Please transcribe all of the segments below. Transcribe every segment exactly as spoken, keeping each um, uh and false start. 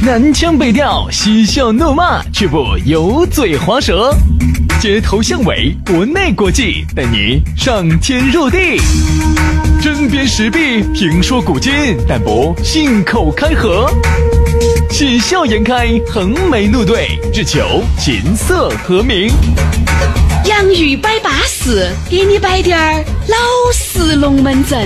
南腔北调，嬉笑怒骂，却不油嘴滑舌。街头巷尾，国内国际，带你上天入地。针砭时弊，评说古今，但不信口开河。喜笑颜开，横眉怒对，只求琴瑟和鸣。 洋芋摆巴士，给你摆点儿老式龙门阵。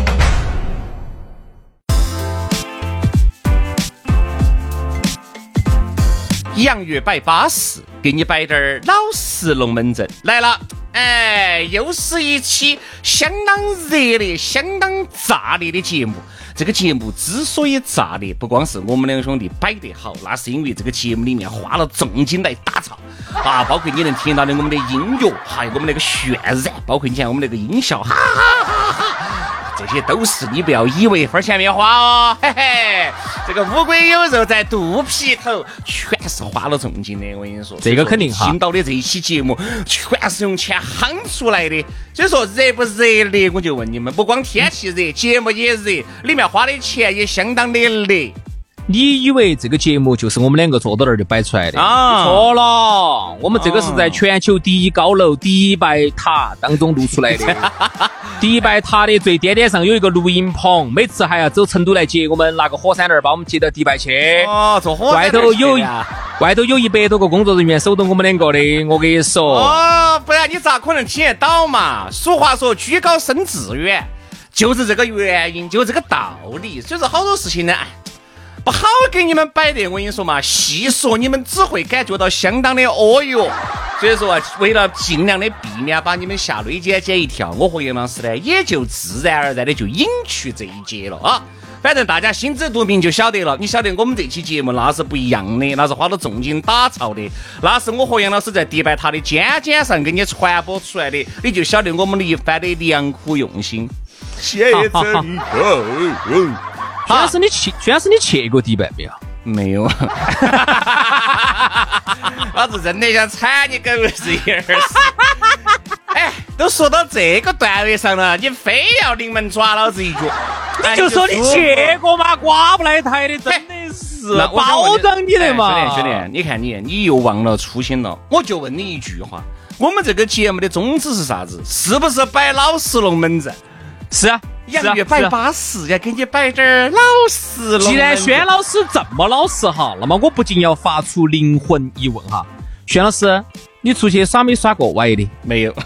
洋芋摆巴士，给你摆点儿老式龙门阵来了。哎，又是一期相当热烈、相当炸裂的节目。这个节目之所以炸裂，不光是我们两个兄弟摆得好，那是因为这个节目里面花了重金来打造啊，包括你能听到的我们的音乐，还有我们那个渲染，包括你看我们那个音效，哈哈哈哈，这些都是你不要以为分钱没花哦，嘿嘿，这个乌龟有肉在肚皮头，全是花了重金的。我跟你说， 这个肯定哈。 听到的这一期节目，全是用钱夯出来的。所以说热不热烈，我就问你们，不光天气热，节目也热，里面花的钱也相当的热。 你以为这个节目就是我们两个坐到那儿就摆出来的啊？错了，我们这个是在全球第一高楼迪拜塔当中录出来的。迪拜塔的最巅点上有一个录音棚，每次还要走成都来接我们，拿个火山轮把我们接到迪拜去。 哦，坐火山外头有外头有一百多个工作人员守到我们两个的，我跟你说。 哦，不然你咋可能听得到嘛？俗话说居高声自远，就是这个原因，就是这个道理。所以说好多事情呢，哎。不好给你们摆的，我跟你说嘛，细说你们只会感觉到相当的哦哟。所以说啊，为了尽量的避免把你们吓雷尖尖一跳，我和杨老师呢也就自然而然的就隐去这一节了啊。反正大家心知肚明就晓得了。你晓得我们这期节目那是不一样的，那是花了重金打造的，那是我和杨老师在迪拜塔的尖尖上给你传播出来的，你就晓得我们的一番的良苦用心。谢谢你。 薛老师，你去，薛老师，你去过迪拜没有？ 没有。老子真的想踩你狗日一耳屎！哎，都说到这个段位上了，你非要临门抓老子一脚， 你就说你去过嘛，刮不来台的，真的是包装你的嘛。 兄弟，兄弟，你看你，你又忘了初心了。我就问你一句话：我们这个节目的宗旨是啥子？是不是摆老实龙门阵？ 是啊。 洋芋摆巴适，要给你摆点老实了。 既然轩老师这么老实哈，那么我不禁要发出灵魂一问哈，轩老师，你出去耍没耍过歪的？ 没有。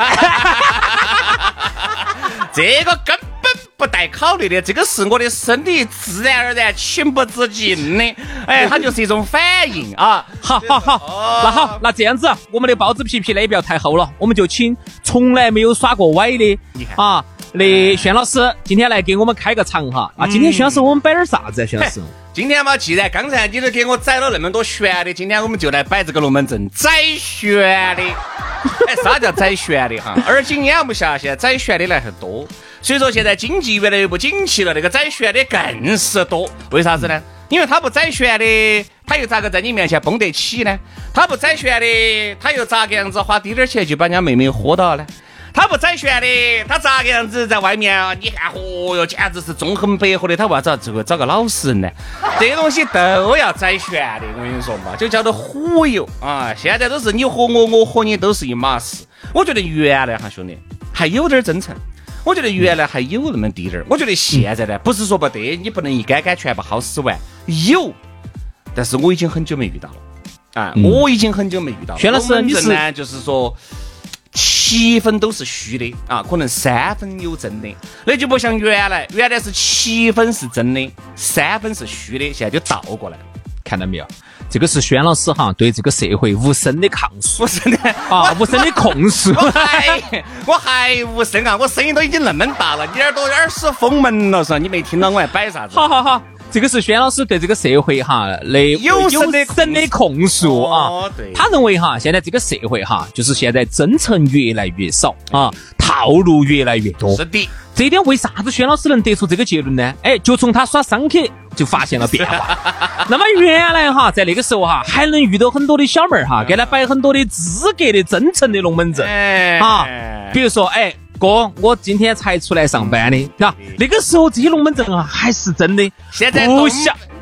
这个根本不带考虑的，这个是我的身体自然而然情不自禁的，哎，它就是一种反应啊。 好好好，哦、那好，那这样子，我们的包子皮皮呢不要太厚了，我们就请从来没有耍过歪的啊。那轩老师今天来给我们开个场哈啊！今天轩老师我们摆点啥子啊？轩老师， 今天嘛，既然刚才你都给我宰了那么多玄的，今天我们就来摆这个龙门阵，宰玄的。哎，啥叫宰玄的哈？耳今眼不下，现在宰玄的来很多，所以说现在经济越来越不景气了，那个宰玄的更是多。为啥子呢？因为他不宰玄的，他又咋个在你面前绷得起呢？他不宰玄的，他又咋个样子花滴点钱就把人家妹妹喝到呢？他不宰玄的，他咋个样子在外面啊？你看，哦哟，简直是纵横捭阖的。他为啥子这个找个老实人呢？这些东西都要宰玄的，我跟你说嘛，就叫做忽悠啊！现在都是你和我，我和你都是一码事。我觉得原来哈兄弟还有点真诚，我觉得原来还有那么滴点儿。我觉得现在呢，不是说不得，你不能一杆杆全部薅死完，有，但是我已经很久没遇到了啊！嗯、我已经很久没遇到了。 薛老师，你是呢，就是说。七分都是虚的啊，可能三分有真的，那就不像原来，原来是七分是真的，三分是虚的，现在就倒过来了。 看到没有？这个是轩老师哈对这个社会无声的抗诉， 无声的啊，无声的控诉。 我还我还无声啊，我声音都已经那么大了，你耳朵耳屎封门了是吧？你没听到我还摆啥子？ 好好好。这个是轩老师对这个社会哈来有声的控诉啊、 哦，对， 他认为哈现在这个社会哈就是现在真诚越来越少啊，套路越来越多。 是的， 这一点为啥子轩老师能得出这个结论呢？哎，就从他耍商客就发现了变化。那么原来哈在那个时候哈还能遇到很多的小妹儿哈，给他摆很多的资格的真诚的龙门阵、哎、啊，比如说哎。哥，我今天才出来上班的，啊，那个时候这些龙门阵啊还是真的， 现在不像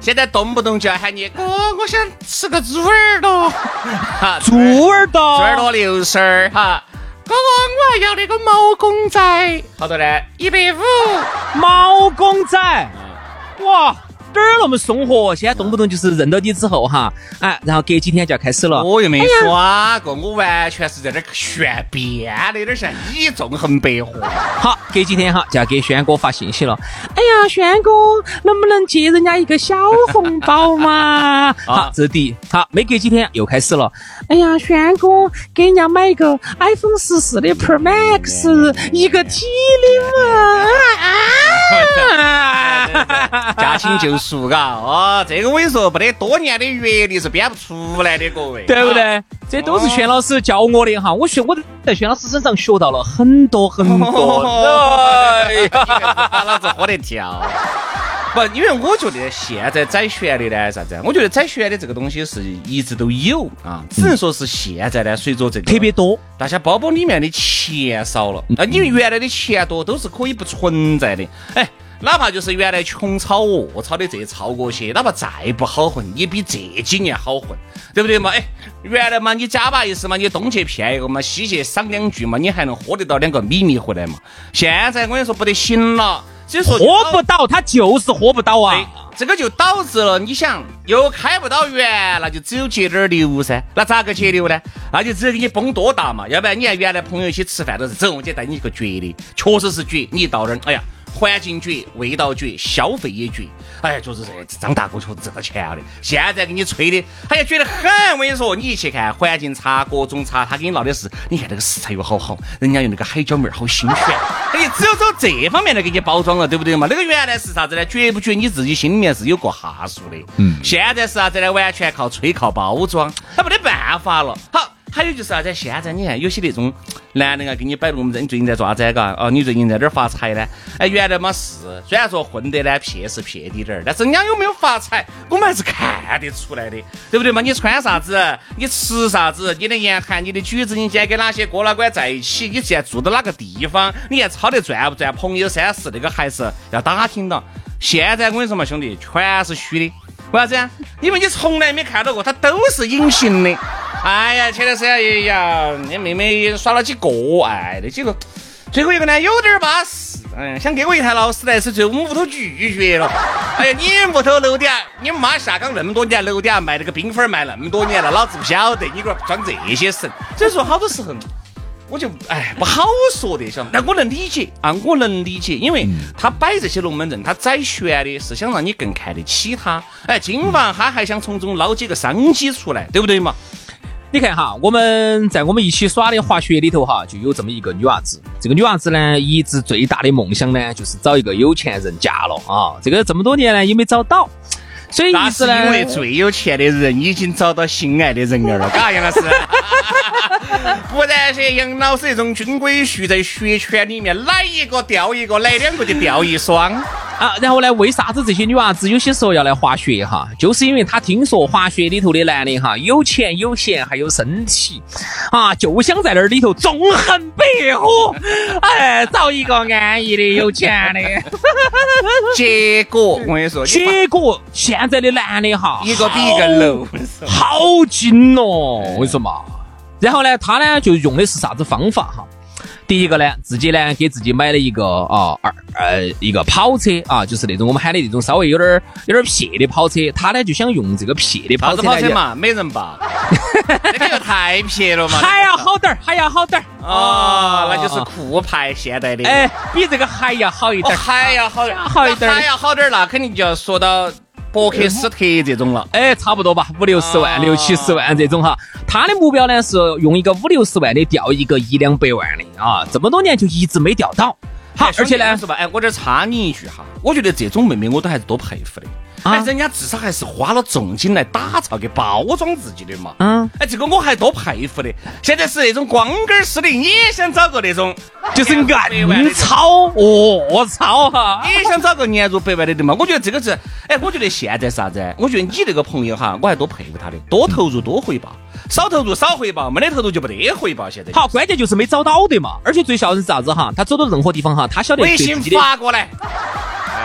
现在动不动就要喊你哥，我想吃个猪耳朵， 猪耳朵， 猪耳朵六十儿哈。哥哥，我要那个毛公仔，好多呢？一百五。 毛公仔，哇！哪儿那么松活？现在动不动就是认到你之后哈，哎，然后隔几天就要开始了。 我又没耍过，我完全是在这儿炫编的，有点像你纵横百货。 好，隔几天哈就要给轩哥发信息了。哎呀，轩哥，能不能借人家一个小红包嘛？好，这是第一。好，没隔几天又开始了。哎呀，轩哥，给人家买一个 iPhone 十四的 Pro Max 一个 T 的嘛。啊！ 驾轻就熟嘎哦，这个我跟你说，没得多年的阅历是编不出来的，各位， 对不对？这都是轩老师教我的哈，我学我在轩老师身上学到了很多很多。 哎，把老子喝得跳。不，因为我觉得现在宰旋的呢，啥子？我觉得宰旋的这个东西是一直都有啊，只能说是现在呢，随着这个特别多， 大家包包里面的钱少了啊，因为原来的钱多都是可以不存在的，哎。哪怕就是原来穷炒恶炒的这炒过些，哪怕再不好混，也比这几年好混，对不对嘛？哎，原来嘛，你假把意思嘛，你东去骗一个嘛，西去赏两句嘛，你还能喝得到两个米米回来嘛？现在我跟你说不得行了，所以说喝不到，他就是喝不到啊。 这个就导致了，你想又开不到源，那就只有节点流噻。那咋个节流呢？那就只有给你崩多大嘛。要不然你看原来朋友一起吃饭都是走，我就带你一个绝的，确实是绝。你一到那儿，哎呀。环境绝，味道绝，消费也绝，哎，就是这张大哥确实挣到钱了的。现在给你吹的，他也觉得很。我跟你说，你一去看环境差，各种差，他给你闹的是，你看这个食材又好好，人家用那个海椒面好新鲜，哎，只有走这方面来给你包装了，对不对嘛？那个原来是啥子呢？绝不绝？你自己心里面是有个哈数的。嗯。现在是啥子呢？完全靠吹，靠包装，他没得办法了。好。还有就是啥子？现在你看有些那种男人啊，给你摆龙门阵，你最近在抓这个哦，你最近在这儿发财呢？哎，原来嘛是，虽然说混得呢撇是撇滴点儿，但是人家有没有发财，我们还是看得出来的，对不对嘛？你穿啥子，你吃啥子，你的言谈，你的举止，你今天跟哪些哥老倌在一起，你现在住到哪个地方，你还操得赚不赚？朋友三四那个还是要打听到。现在我跟你说嘛，兄弟，全是虚的。为啥子呀？因为你从来没看到过，它都是隐形的。哎呀，前段时间哎呀，你妹妹耍了几个，哎，那几个，最后一个呢有点巴适，嗯，想给我一台劳斯莱斯，最后我们屋头拒绝了。哎呀，你屋头楼底下，你妈下岗那么多年，楼底下卖那个冰粉卖那么多年了，老子不晓得，你给我装这些神。所以说，好多时候。我就哎不好说的，晓得，但我能理解啊，我能理解，因为他摆这些龙门阵，他宰旋的是想让你更看得起他，哎，今晚他还想从中捞几个商机出来，对不对嘛？ 你看哈，我们在我们一起耍的滑雪里头哈，就有这么一个女娃子，这个女娃子呢，一直最大的梦想呢，就是找一个有钱人嫁了啊，这个这么多年呢也没找到。所以那是因为最有钱的人已经找到心爱的人儿了，嘎杨老师。不然些杨老师这种军规序在雪圈里面来一个掉一个，来两个就掉一双啊。然后呢，为啥子这些女娃子有些时候要来滑雪哈？就是因为她听说滑雪里头的男的哈，有钱有闲还有身体啊，就想在那里头纵横百货，哎，找一个安逸的有钱的。 结果我跟你说， 结果现在的男的哈， 一个比一个 low， 好精哦！我跟你说嘛。然后呢，他呢就用的是啥子方法哈？第一个呢，自己呢给自己买了一个啊二呃一个跑车啊，就是那种我们喊的那种稍微有点有点撇的跑车。他呢就想用这个撇的跑车， 跑车嘛，没人吧？那个太撇了嘛， 还要好点儿，还要好点儿哦，那就是酷派现代的， 哎，比这个还要好一点、哦， 还要好点， 好一点， 还要好点，那肯定就要说到。博克斯特这种了， 哎，差不多吧，五六十万、六七十万这种哈。他的目标呢是用一个五六十万的钓一个一两百万的啊，这么多年就一直没钓到。好，而且呢， 是吧？哎，我这插你一句哈，我觉得这种妹妹我都还是多佩服的。哎，人家至少还是花了重金来打造给包装自己的嘛。嗯，哎，这个我还多佩服的。现在是那种光杆司令也想找个那种， 就是暗操，我操哈， 也想找个年入百万的嘛。我觉得这个是，哎，我觉得现在啥子？我觉得你那个朋友哈，我还多佩服他的，多投入多回报，少投入少回报，没得投入就没得回报。现在好，关键就是没找到的嘛。而且最笑的是啥子哈？他走到任何地方哈，他晓得微信发过来。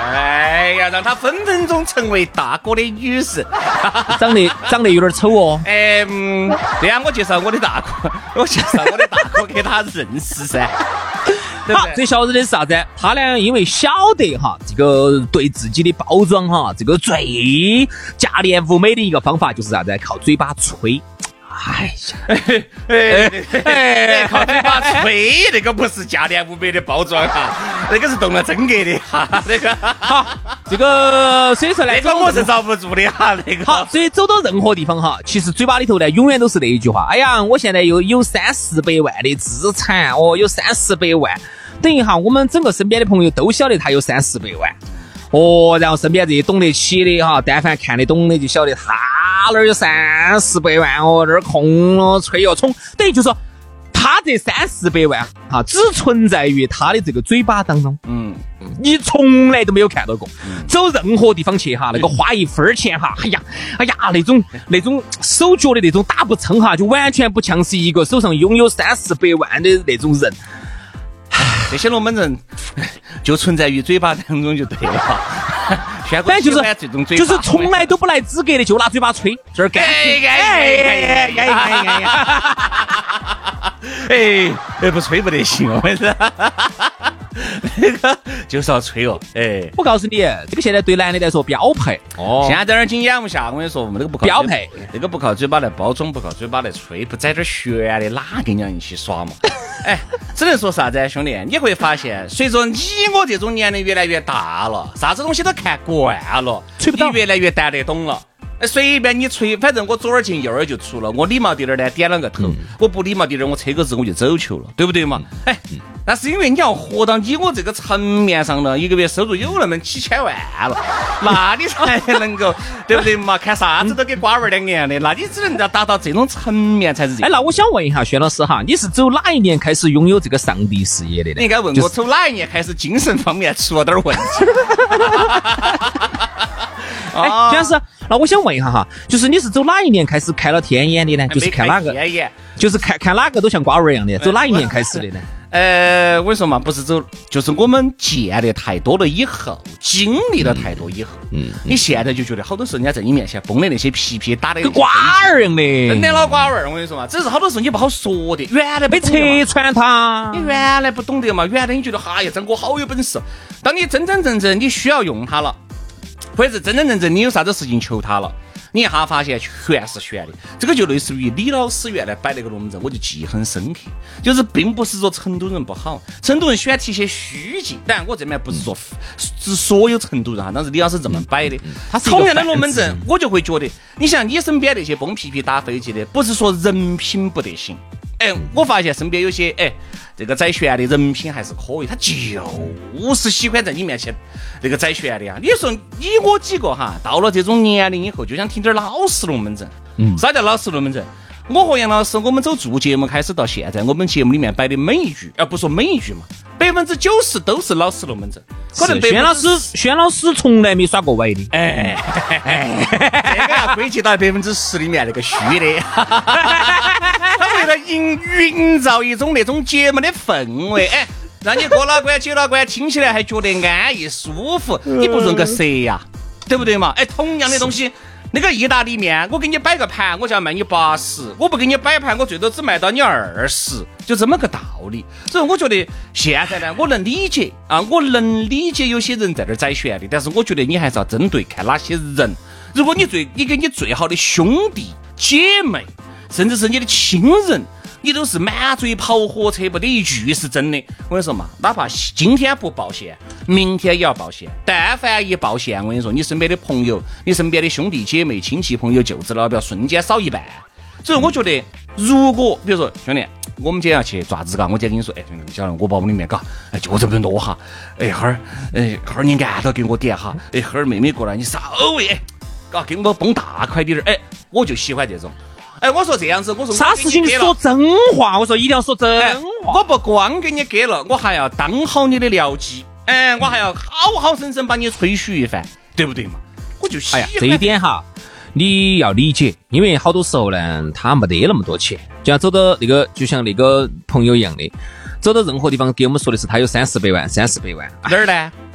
哎呀，让他分分钟成为大哥的女士。 长得长得有点丑哦。 哎，嗯，对呀，我介绍我的大哥，我介绍我的大哥给他认识噻。 好，最吓人的是啥子？他呢，因为晓得哈，这个对自己的包装哈，这个最价廉物美的一个方法就是啥子？靠嘴巴吹。哎呀， 哎哎，靠嘴巴吹，那个不是价廉物美的包装哈，那个是动了真格的哈，那个好，这个所以说呢， 那个我是遭不住的哈，那个好，所以走到任何地方哈，其实嘴巴里头呢，永远都是那一句话，哎呀，我现在有有三四百万的资产哦，有三四百万，等于哈，我们整个身边的朋友都晓得他有三四百万。哦，然后身边这些懂得起的哈，但凡看得懂的就晓得他那儿有三四百万哦，那儿空了吹哟冲，等于就说他这三四百万哈，只存在于他的这个嘴巴当中，嗯，你从来都没有看到过。嗯、走任何地方去哈，那个花一分钱哈，哎呀，哎呀，那种那种手脚的那种打不撑哈，就完全不像是一个手上拥有三四百万的那种人。 这些龙门阵就存在于嘴巴当中就对了，反正就是这种嘴巴就是从来都不来资格的，就拿嘴巴吹，这儿干。哎哎哎哎哎哎哎，不吹不得行，我跟你说，那个就是要吹哦。哎， 我告诉你，这个现在对男的来说标配哦。现在在那儿紧眼不下，我跟你说，我们那个不靠标配， 那个不靠嘴巴来包装，不靠嘴巴来吹，不在这儿炫的，哪跟人一起耍嘛？哎，只能说啥子，兄弟，你会发现，随着你我这种年龄越来越大了，啥子东西都看惯了， 吹不到， 你越来越淡得懂了。随便你吹，反正我左耳进右耳就出了。我礼貌点儿呢，点了个头；嗯、我不礼貌点儿，我扯个字我就走球了，对不对嘛？嗯、哎，那是因为你要活到你我这个层面上了，一个月收入有那么几千万了，那你才能够，对不对嘛？看啥子都跟瓜娃两个样的，那你只能要达到这种层面才是这。 哎，那我想问一下薛老师哈，你是走哪一年开始拥有这个上帝视野的呢？ 你应该问我从哪一年开始精神方面出了点问题。 哎，徐老师，那我想问一下哈，就是你是走哪一年开始开了天眼的呢？就是看哪个，就是看看哪个都像瓜娃儿一样的，走哪一年开始的呢？ 呃，我跟你说嘛，不是走，就是我们见的太多了以后，经历了太多以后，嗯，嗯你现在就觉得好多时候人家在你面前崩的那些皮皮打的跟瓜儿一样的， 真的老瓜娃儿，我跟你说嘛，只是好多时候你不好说的，原来没拆穿他， 你原来不懂得嘛，原来你觉得哎呀，张哥好有本事，当你真真正正你需要用它了。或者是真真正正你有啥子事情求他了，你一下发现全是玄的。这个就类似于李老师原来摆那个龙门阵，我就记很深刻。就是并不是说成都人不好，成都人喜欢提些虚劲，当然我这边不是说是所有成都人哈，但是李老师这么摆的。他同样的龙门阵，我就会觉得，你像你身边那些崩皮皮打飞机的，不是说人品不得行。哎，我发现身边有些哎，这个宰旋的人品还是可以，他就是喜欢在你面前这个宰旋的呀。你说你我几个哈，到了这种年龄以后，就想听点老实龙门阵。嗯，啥叫老实龙门阵？我和杨老师，我们走做节目开始到现在，我们节目里面摆的每一句，而、啊、不说每一句嘛，百分之九十都是老实龙门阵。可能轩老师，轩老师从来没耍过歪的。 哎，这个要归结到百分之十里面那个虚的。他为了营营造一种那种节目的氛围，哎，让你哥老倌姐老倌听起来还觉得安逸舒服，你不润个舌呀，对不对嘛？哎，同样的东西。那个意大利面，我给你摆个盘，我就要卖你八十；我不给你摆盘，我最多只卖到你二十，就这么个道理。所以我觉得现在呢，我能理解啊，我能理解有些人在这儿宰旋的，但是我觉得你还是要针对看哪些人。如果你最你跟你最好的兄弟姐妹，甚至是你的亲人，你都是满嘴跑火车，不得一句是真的。我跟你说嘛，哪怕今天不报现，明天也要报现。但凡一报现，我跟你说，你身边的朋友，你身边的兄弟姐妹、亲戚朋友、舅子老表，瞬间少一半。所以我觉得，如果比如说兄弟，我们今天要去爪子嘎，我今天跟你说，哎，兄弟，你晓得我包里面嘎，哎，就这么多哈，哎，哈儿，哎，哈儿你按到给我点哈，哎，哈儿妹妹过来，你稍微哎，嘎给我崩大块点儿，哎，我就喜欢这种。哎，我说这样子，我说啥事情说真话，我说一定要说真话。 哎、我不光给你给了，我还要当好你的僚机，哎，我还要好好生生把你吹嘘一番，对不对嘛？我就喜欢。 哎呀，这一点哈，你要理解，因为好多时候呢，他没得那么多钱，就像走到那个，就像那个朋友一样的，走到任何地方给我们说的是他有三四百万，三四百万哪儿呢？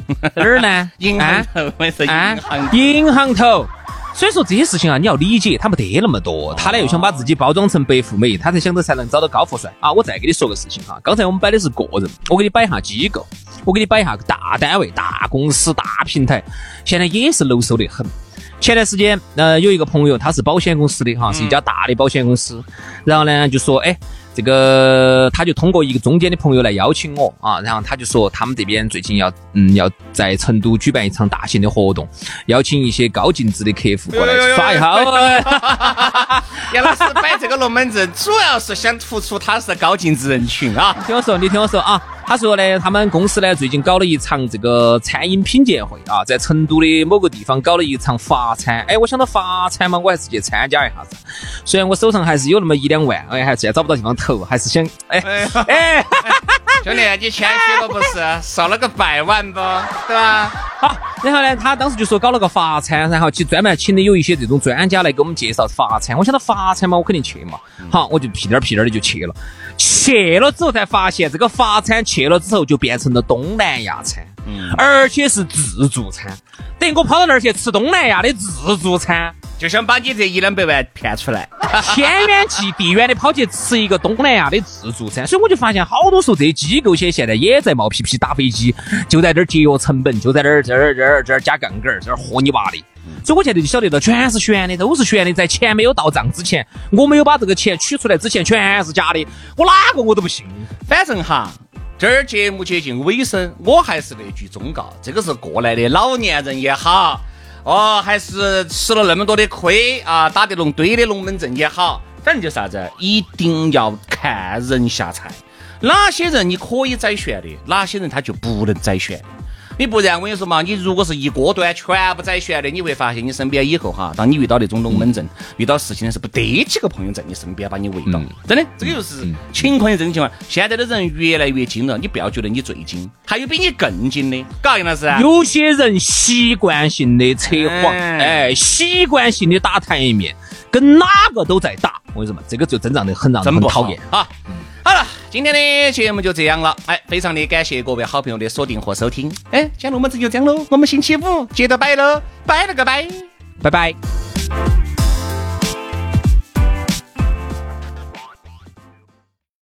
哪儿呢？ 银行头，我是银行头。 银行头。所以说这些事情啊，你要理解，他没得那么多。他呢又想把自己包装成白富美，他才想着才能找到高富帅啊！我再给你说个事情哈，刚才我们摆的是个人，我给你摆一下机构，我给你摆一下大单位、大公司、大平台，现在也是漏收得很。前段时间，呃，有一个朋友，他是保险公司的哈，是一家大的保险公司，然后呢就说，哎。这个他就通过一个中间的朋友来邀请我啊，然后他就说他们这边最近要嗯要在成都举办一场大型的活动，邀请一些高净值的客户过来耍一下。 杨老师摆这个龙门阵，主要是想突出他是高净值人群啊。 听我说，你听我说啊。他说呢，他们公司呢最近搞了一场这个餐饮品鉴会啊，在成都的某个地方搞了一场法餐。哎，我想到法餐嘛，我还是去参加一下子。虽然我手上还是有那么一两万，哎，还是找不到地方投，还是想哎哎， 兄弟，你谦虚了不是？少了个百万不，对吧？ 好，然后呢，他当时就说搞了个法餐，然后去专门请的有一些这种专家来给我们介绍法餐。我想到法餐嘛，我肯定去嘛。好，我就屁颠儿屁颠儿的就去了。去了之后才发现，这个法餐去了之后就变成了东南亚餐，嗯，而且是自助餐。等于我跑到那儿去吃东南亚的自助餐， 就想把你这一两百万骗出来， 天远地地远的跑去吃一个东南亚的自助餐。所以我就发现，好多时候这些机构些现在也在冒屁屁打飞机，就在这儿节约成本，就在这儿这儿这儿这儿加杠杆，这儿和你娃的。所以我现在就晓得了，全是悬的，都是悬的。在钱没有到账之前，我没有把这个钱取出来之前，全是假的。我哪个我都不信。 反正哈，这儿节目接近尾声，我还是那句忠告：这个是过来的老年人也好，哦，还是吃了那么多的亏啊，打得拢堆的龙门阵也好，反正就是啥子，一定要看人下菜。哪些人你可以宰选的，哪些人他就不能宰选。你不然我跟你说嘛，你如果是一锅端全部宰选的，你会发现你身边以后哈，当你遇到那种龙门阵、嗯、遇到事情的时候，不得几个朋友在你身边把你围到、嗯、真的，这个就是情况，这种情况。现在的人越来越精了，你不要觉得你最精，还有比你更精的，搞杨老师。 有些人习惯性的扯谎，哎，习惯性的打台面，跟哪个都在打。我跟你说嘛，这个就真正的很让人很讨厌啊。 好了，今天的节目就这样了，哎，非常的感谢各位好朋友的锁定和收听，哎，今天龙门阵就这样喽，我们星期五接着摆喽，拜了个拜， 拜拜。